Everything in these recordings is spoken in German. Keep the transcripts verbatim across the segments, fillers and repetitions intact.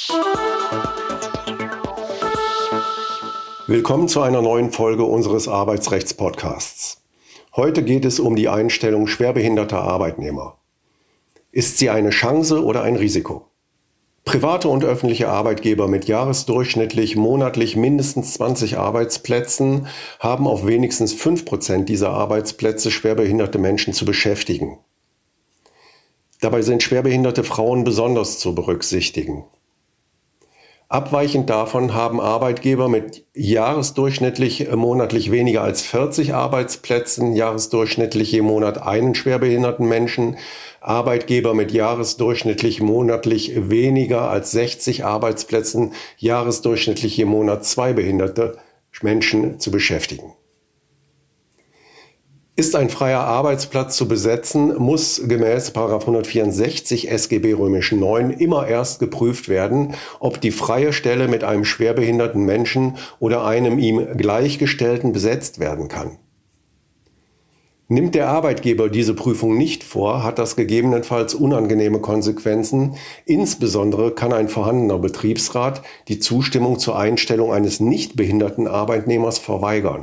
Willkommen zu einer neuen Folge unseres Arbeitsrechts-Podcasts. Heute geht es um die Einstellung schwerbehinderter Arbeitnehmer. Ist sie eine Chance oder ein Risiko? Private und öffentliche Arbeitgeber mit jahresdurchschnittlich monatlich mindestens zwanzig Arbeitsplätzen haben auf wenigstens fünf Prozent dieser Arbeitsplätze schwerbehinderte Menschen zu beschäftigen. Dabei sind schwerbehinderte Frauen besonders zu berücksichtigen. Abweichend davon haben Arbeitgeber mit jahresdurchschnittlich monatlich weniger als vierzig Arbeitsplätzen, jahresdurchschnittlich je Monat einen schwerbehinderten Menschen, Arbeitgeber mit jahresdurchschnittlich monatlich weniger als sechzig Arbeitsplätzen, jahresdurchschnittlich je Monat zwei behinderte Menschen zu beschäftigen. Ist ein freier Arbeitsplatz zu besetzen, muss gemäß Paragraph hundertvierundsechzig S G B römisch neun immer erst geprüft werden, ob die freie Stelle mit einem schwerbehinderten Menschen oder einem ihm Gleichgestellten besetzt werden kann. Nimmt der Arbeitgeber diese Prüfung nicht vor, hat das gegebenenfalls unangenehme Konsequenzen. Insbesondere kann ein vorhandener Betriebsrat die Zustimmung zur Einstellung eines nicht behinderten Arbeitnehmers verweigern.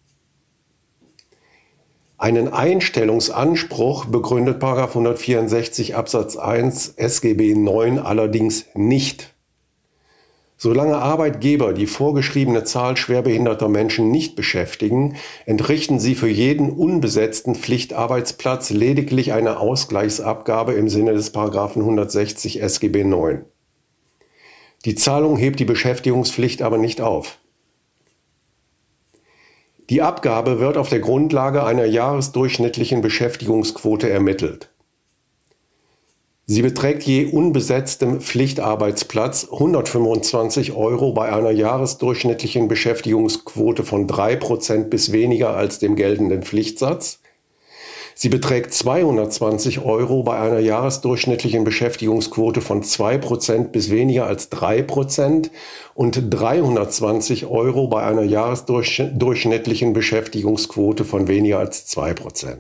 Einen Einstellungsanspruch begründet Paragraph hundertvierundsechzig Absatz eins S G B neun allerdings nicht. Solange Arbeitgeber die vorgeschriebene Zahl schwerbehinderter Menschen nicht beschäftigen, entrichten sie für jeden unbesetzten Pflichtarbeitsplatz lediglich eine Ausgleichsabgabe im Sinne des Paragraphen hundertsechzig S G B neun. Die Zahlung hebt die Beschäftigungspflicht aber nicht auf. Die Abgabe wird auf der Grundlage einer jahresdurchschnittlichen Beschäftigungsquote ermittelt. Sie beträgt je unbesetztem Pflichtarbeitsplatz hundertfünfundzwanzig Euro bei einer jahresdurchschnittlichen Beschäftigungsquote von drei Prozent bis weniger als dem geltenden Pflichtsatz. Sie beträgt zweihundertzwanzig Euro bei einer jahresdurchschnittlichen Beschäftigungsquote von zwei Prozent bis weniger als drei Prozent und dreihundertzwanzig Euro bei einer jahresdurchschnittlichen Beschäftigungsquote von weniger als zwei Prozent.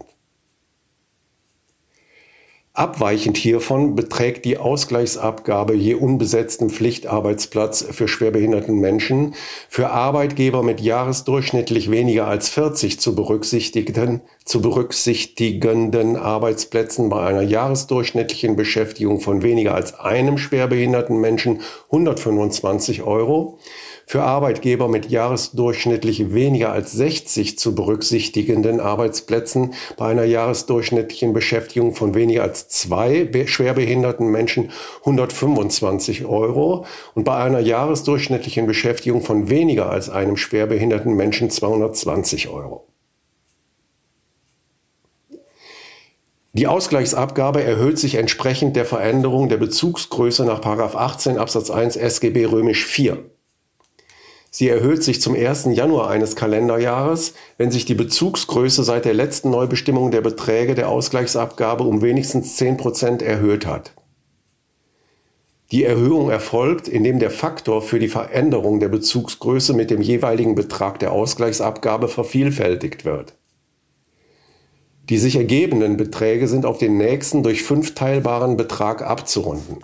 Abweichend hiervon beträgt die Ausgleichsabgabe je unbesetzten Pflichtarbeitsplatz für schwerbehinderten Menschen für Arbeitgeber mit jahresdurchschnittlich weniger als vierzig zu berücksichtigenden, zu berücksichtigenden Arbeitsplätzen bei einer jahresdurchschnittlichen Beschäftigung von weniger als einem schwerbehinderten Menschen hundertfünfundzwanzig Euro, für Arbeitgeber mit jahresdurchschnittlich weniger als sechzig zu berücksichtigenden Arbeitsplätzen bei einer jahresdurchschnittlichen Beschäftigung von weniger als zwei schwerbehinderten Menschen hundertfünfundzwanzig Euro und bei einer jahresdurchschnittlichen Beschäftigung von weniger als einem schwerbehinderten Menschen zweihundertzwanzig Euro. Die Ausgleichsabgabe erhöht sich entsprechend der Veränderung der Bezugsgröße nach Paragraph achtzehn Absatz eins S G B römisch vier. Sie erhöht sich zum ersten Januar eines Kalenderjahres, wenn sich die Bezugsgröße seit der letzten Neubestimmung der Beträge der Ausgleichsabgabe um wenigstens zehn Prozent erhöht hat. Die Erhöhung erfolgt, indem der Faktor für die Veränderung der Bezugsgröße mit dem jeweiligen Betrag der Ausgleichsabgabe vervielfältigt wird. Die sich ergebenden Beträge sind auf den nächsten durch fünf teilbaren Betrag abzurunden.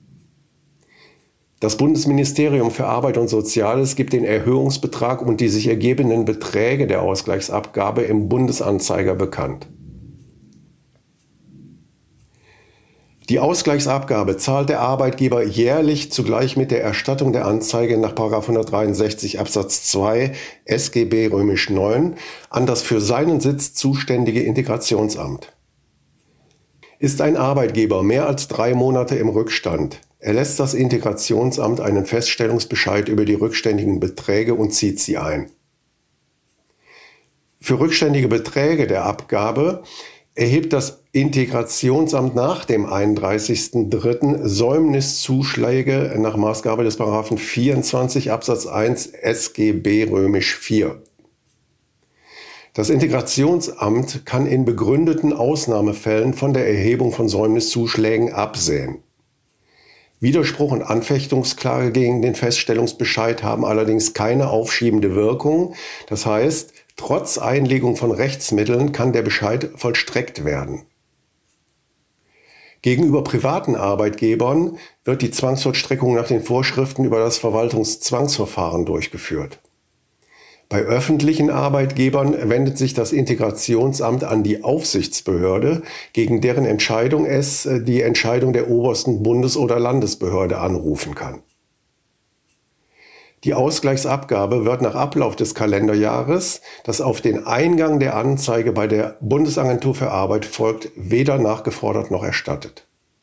Das Bundesministerium für Arbeit und Soziales gibt den Erhöhungsbetrag und die sich ergebenden Beträge der Ausgleichsabgabe im Bundesanzeiger bekannt. Die Ausgleichsabgabe zahlt der Arbeitgeber jährlich zugleich mit der Erstattung der Anzeige nach Paragraph hundertdreiundsechzig Absatz zwei S G B römisch neun an das für seinen Sitz zuständige Integrationsamt. Ist ein Arbeitgeber mehr als drei Monate im Rückstand, erlässt das Integrationsamt einen Feststellungsbescheid über die rückständigen Beträge und zieht sie ein. Für rückständige Beträge der Abgabe erhebt das Integrationsamt nach dem einunddreißigsten dritten Säumniszuschläge nach Maßgabe des Paragraphen vierundzwanzig Absatz eins S G B römisch vier. Das Integrationsamt kann in begründeten Ausnahmefällen von der Erhebung von Säumniszuschlägen absehen. Widerspruch und Anfechtungsklage gegen den Feststellungsbescheid haben allerdings keine aufschiebende Wirkung. Das heißt, trotz Einlegung von Rechtsmitteln kann der Bescheid vollstreckt werden. Gegenüber privaten Arbeitgebern wird die Zwangsvollstreckung nach den Vorschriften über das Verwaltungszwangsverfahren durchgeführt. Bei öffentlichen Arbeitgebern wendet sich das Integrationsamt an die Aufsichtsbehörde, gegen deren Entscheidung es die Entscheidung der obersten Bundes- oder Landesbehörde anrufen kann. Die Ausgleichsabgabe wird nach Ablauf des Kalenderjahres, das auf den Eingang der Anzeige bei der Bundesagentur für Arbeit folgt, weder nachgefordert noch erstattet.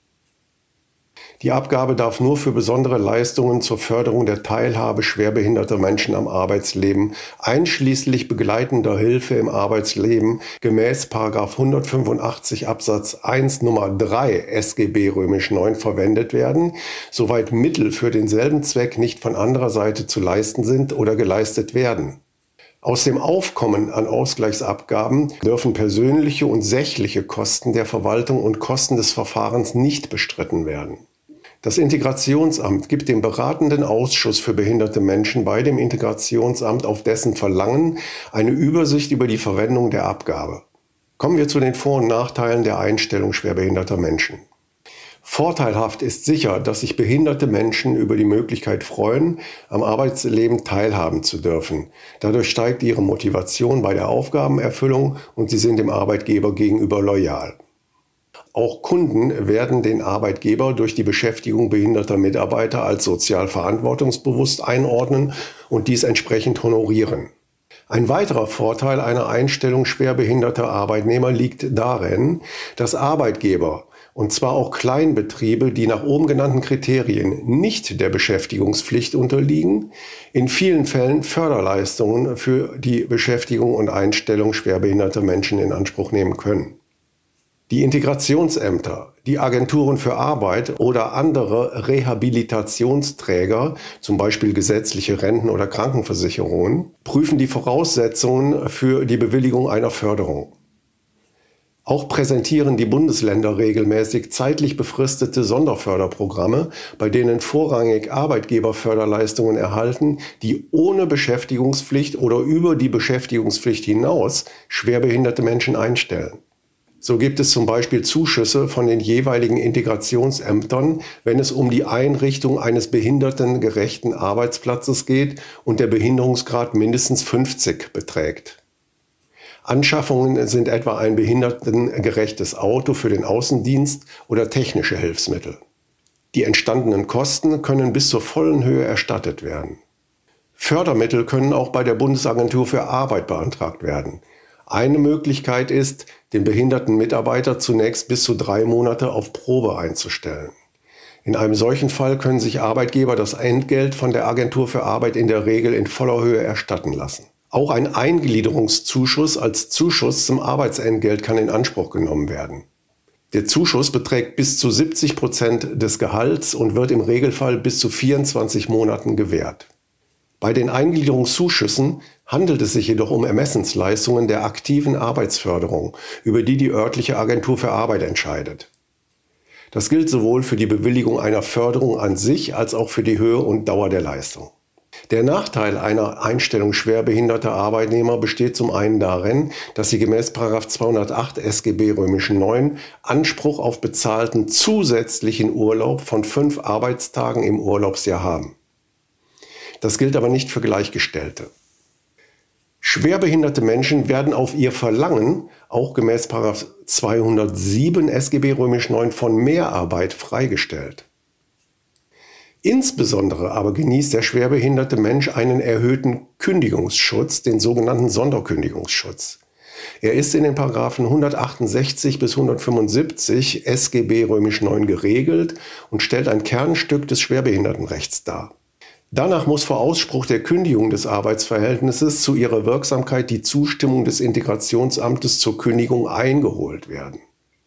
Die Abgabe darf nur für besondere Leistungen zur Förderung der Teilhabe schwerbehinderter Menschen am Arbeitsleben, einschließlich begleitender Hilfe im Arbeitsleben, gemäß Paragraph hundertfünfundachtzig Absatz eins Nummer drei S G B römisch neun verwendet werden, soweit Mittel für denselben Zweck nicht von anderer Seite zu leisten sind oder geleistet werden. Aus dem Aufkommen an Ausgleichsabgaben dürfen persönliche und sächliche Kosten der Verwaltung und Kosten des Verfahrens nicht bestritten werden. Das Integrationsamt gibt dem beratenden Ausschuss für behinderte Menschen bei dem Integrationsamt auf dessen Verlangen eine Übersicht über die Verwendung der Abgabe. Kommen wir zu den Vor- und Nachteilen der Einstellung schwerbehinderter Menschen. Vorteilhaft ist sicher, dass sich behinderte Menschen über die Möglichkeit freuen, am Arbeitsleben teilhaben zu dürfen. Dadurch steigt ihre Motivation bei der Aufgabenerfüllung und sie sind dem Arbeitgeber gegenüber loyal. Auch Kunden werden den Arbeitgeber durch die Beschäftigung behinderter Mitarbeiter als sozial verantwortungsbewusst einordnen und dies entsprechend honorieren. Ein weiterer Vorteil einer Einstellung schwerbehinderter Arbeitnehmer liegt darin, dass Arbeitgeber, und zwar auch Kleinbetriebe, die nach oben genannten Kriterien nicht der Beschäftigungspflicht unterliegen, in vielen Fällen Förderleistungen für die Beschäftigung und Einstellung schwerbehinderter Menschen in Anspruch nehmen können. Die Integrationsämter, die Agenturen für Arbeit oder andere Rehabilitationsträger, zum Beispiel gesetzliche Renten- oder Krankenversicherungen, prüfen die Voraussetzungen für die Bewilligung einer Förderung. Auch präsentieren die Bundesländer regelmäßig zeitlich befristete Sonderförderprogramme, bei denen vorrangig Arbeitgeberförderleistungen erhalten, die ohne Beschäftigungspflicht oder über die Beschäftigungspflicht hinaus schwerbehinderte Menschen einstellen. So gibt es zum Beispiel Zuschüsse von den jeweiligen Integrationsämtern, wenn es um die Einrichtung eines behindertengerechten Arbeitsplatzes geht und der Behinderungsgrad mindestens fünfzig beträgt. Anschaffungen sind etwa ein behindertengerechtes Auto für den Außendienst oder technische Hilfsmittel. Die entstandenen Kosten können bis zur vollen Höhe erstattet werden. Fördermittel können auch bei der Bundesagentur für Arbeit beantragt werden. Eine Möglichkeit ist, den behinderten Mitarbeiter zunächst bis zu drei Monate auf Probe einzustellen. In einem solchen Fall können sich Arbeitgeber das Entgelt von der Agentur für Arbeit in der Regel in voller Höhe erstatten lassen. Auch ein Eingliederungszuschuss als Zuschuss zum Arbeitsentgelt kann in Anspruch genommen werden. Der Zuschuss beträgt bis zu siebzig Prozent des Gehalts und wird im Regelfall bis zu vierundzwanzig Monaten gewährt. Bei den Eingliederungszuschüssen handelt es sich jedoch um Ermessensleistungen der aktiven Arbeitsförderung, über die die örtliche Agentur für Arbeit entscheidet. Das gilt sowohl für die Bewilligung einer Förderung an sich als auch für die Höhe und Dauer der Leistung. Der Nachteil einer Einstellung schwerbehinderter Arbeitnehmer besteht zum einen darin, dass sie gemäß Paragraph zweihundertacht S G B römisch neun Anspruch auf bezahlten zusätzlichen Urlaub von fünf Arbeitstagen im Urlaubsjahr haben. Das gilt aber nicht für Gleichgestellte. Schwerbehinderte Menschen werden auf ihr Verlangen, auch gemäß Paragraph zweihundertsieben S G B römisch neun, von Mehrarbeit freigestellt. Insbesondere aber genießt der schwerbehinderte Mensch einen erhöhten Kündigungsschutz, den sogenannten Sonderkündigungsschutz. Er ist in den Paragraphen hundertachtundsechzig bis hundertfünfundsiebzig S G B römisch neun geregelt und stellt ein Kernstück des Schwerbehindertenrechts dar. Danach muss vor Ausspruch der Kündigung des Arbeitsverhältnisses zu ihrer Wirksamkeit die Zustimmung des Integrationsamtes zur Kündigung eingeholt werden.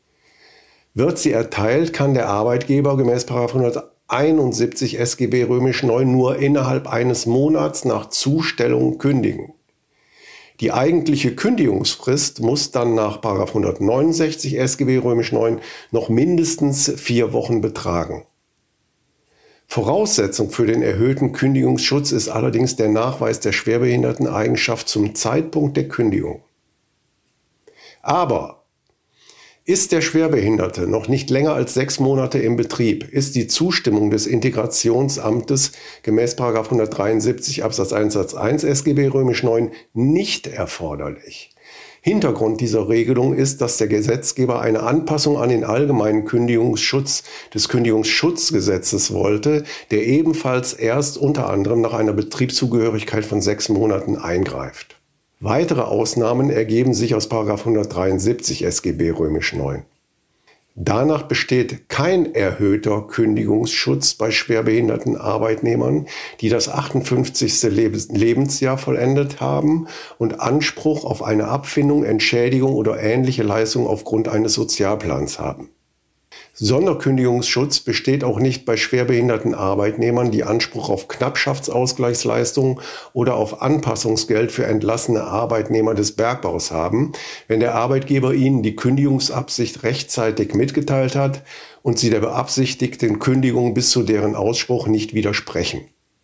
Wird sie erteilt, kann der Arbeitgeber gemäß Paragraph hunderteinundsiebzig S G B römisch neun nur innerhalb eines Monats nach Zustellung kündigen. Die eigentliche Kündigungsfrist muss dann nach Paragraph hundertneunundsechzig S G B römisch neun noch mindestens vier Wochen betragen. Voraussetzung für den erhöhten Kündigungsschutz ist allerdings der Nachweis der Schwerbehinderteneigenschaft zum Zeitpunkt der Kündigung. Aber Ist der Schwerbehinderte noch nicht länger als sechs Monate im Betrieb, ist die Zustimmung des Integrationsamtes gemäß Paragraph hundertdreiundsiebzig Absatz eins Satz eins S G B römisch neun nicht erforderlich. Hintergrund dieser Regelung ist, dass der Gesetzgeber eine Anpassung an den allgemeinen Kündigungsschutz des Kündigungsschutzgesetzes wollte, der ebenfalls erst unter anderem nach einer Betriebszugehörigkeit von sechs Monaten eingreift. Weitere Ausnahmen ergeben sich aus Paragraph hundertdreiundsiebzig S G B römisch neun. Danach besteht kein erhöhter Kündigungsschutz bei schwerbehinderten Arbeitnehmern, die das achtundfünfzigste Lebensjahr vollendet haben und Anspruch auf eine Abfindung, Entschädigung oder ähnliche Leistung aufgrund eines Sozialplans haben. Sonderkündigungsschutz besteht auch nicht bei schwerbehinderten Arbeitnehmern, die Anspruch auf Knappschaftsausgleichsleistung oder auf Anpassungsgeld für entlassene Arbeitnehmer des Bergbaus haben, wenn der Arbeitgeber ihnen die Kündigungsabsicht rechtzeitig mitgeteilt hat und sie der beabsichtigten Kündigung bis zu deren Ausspruch nicht widersprechen.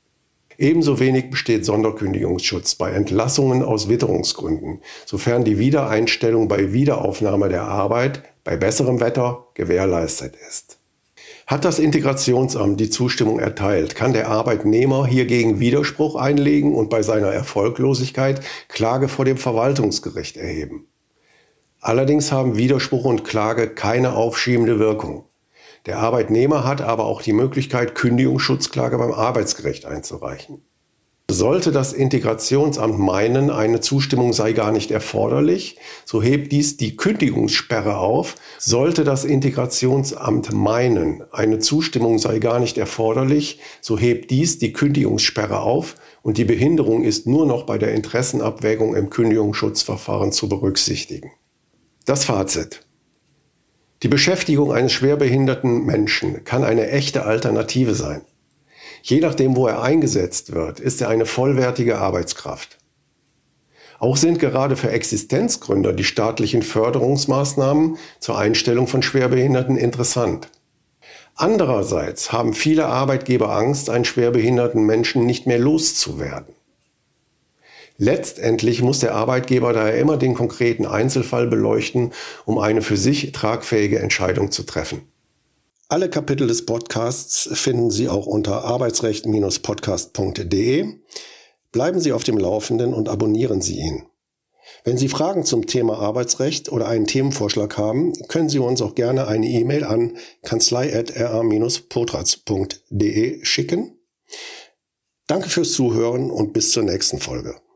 Ebenso wenig besteht Sonderkündigungsschutz bei Entlassungen aus Witterungsgründen, sofern die Wiedereinstellung bei Wiederaufnahme der Arbeit bei besserem Wetter gewährleistet ist. Hat das Integrationsamt die Zustimmung erteilt, kann der Arbeitnehmer hiergegen Widerspruch einlegen und bei seiner Erfolglosigkeit Klage vor dem Verwaltungsgericht erheben. Allerdings haben Widerspruch und Klage keine aufschiebende Wirkung. Der Arbeitnehmer hat aber auch die Möglichkeit, Kündigungsschutzklage beim Arbeitsgericht einzureichen. Sollte das Integrationsamt meinen, eine Zustimmung sei gar nicht erforderlich, so hebt dies die Kündigungssperre auf. Sollte das Integrationsamt meinen, eine Zustimmung sei gar nicht erforderlich, so hebt dies die Kündigungssperre auf und die Behinderung ist nur noch bei der Interessenabwägung im Kündigungsschutzverfahren zu berücksichtigen. Das Fazit. Die Beschäftigung eines schwerbehinderten Menschen kann eine echte Alternative sein. Je nachdem, wo er eingesetzt wird, ist er eine vollwertige Arbeitskraft. Auch sind gerade für Existenzgründer die staatlichen Förderungsmaßnahmen zur Einstellung von Schwerbehinderten interessant. Andererseits haben viele Arbeitgeber Angst, einen schwerbehinderten Menschen nicht mehr loszuwerden. Letztendlich muss der Arbeitgeber daher immer den konkreten Einzelfall beleuchten, um eine für sich tragfähige Entscheidung zu treffen. Alle Kapitel des Podcasts finden Sie auch unter arbeitsrecht Bindestrich podcast punkt de. Bleiben Sie auf dem Laufenden und abonnieren Sie ihn. Wenn Sie Fragen zum Thema Arbeitsrecht oder einen Themenvorschlag haben, können Sie uns auch gerne eine E-Mail an kanzlei at r a Bindestrich potratz punkt de schicken. Danke fürs Zuhören und bis zur nächsten Folge.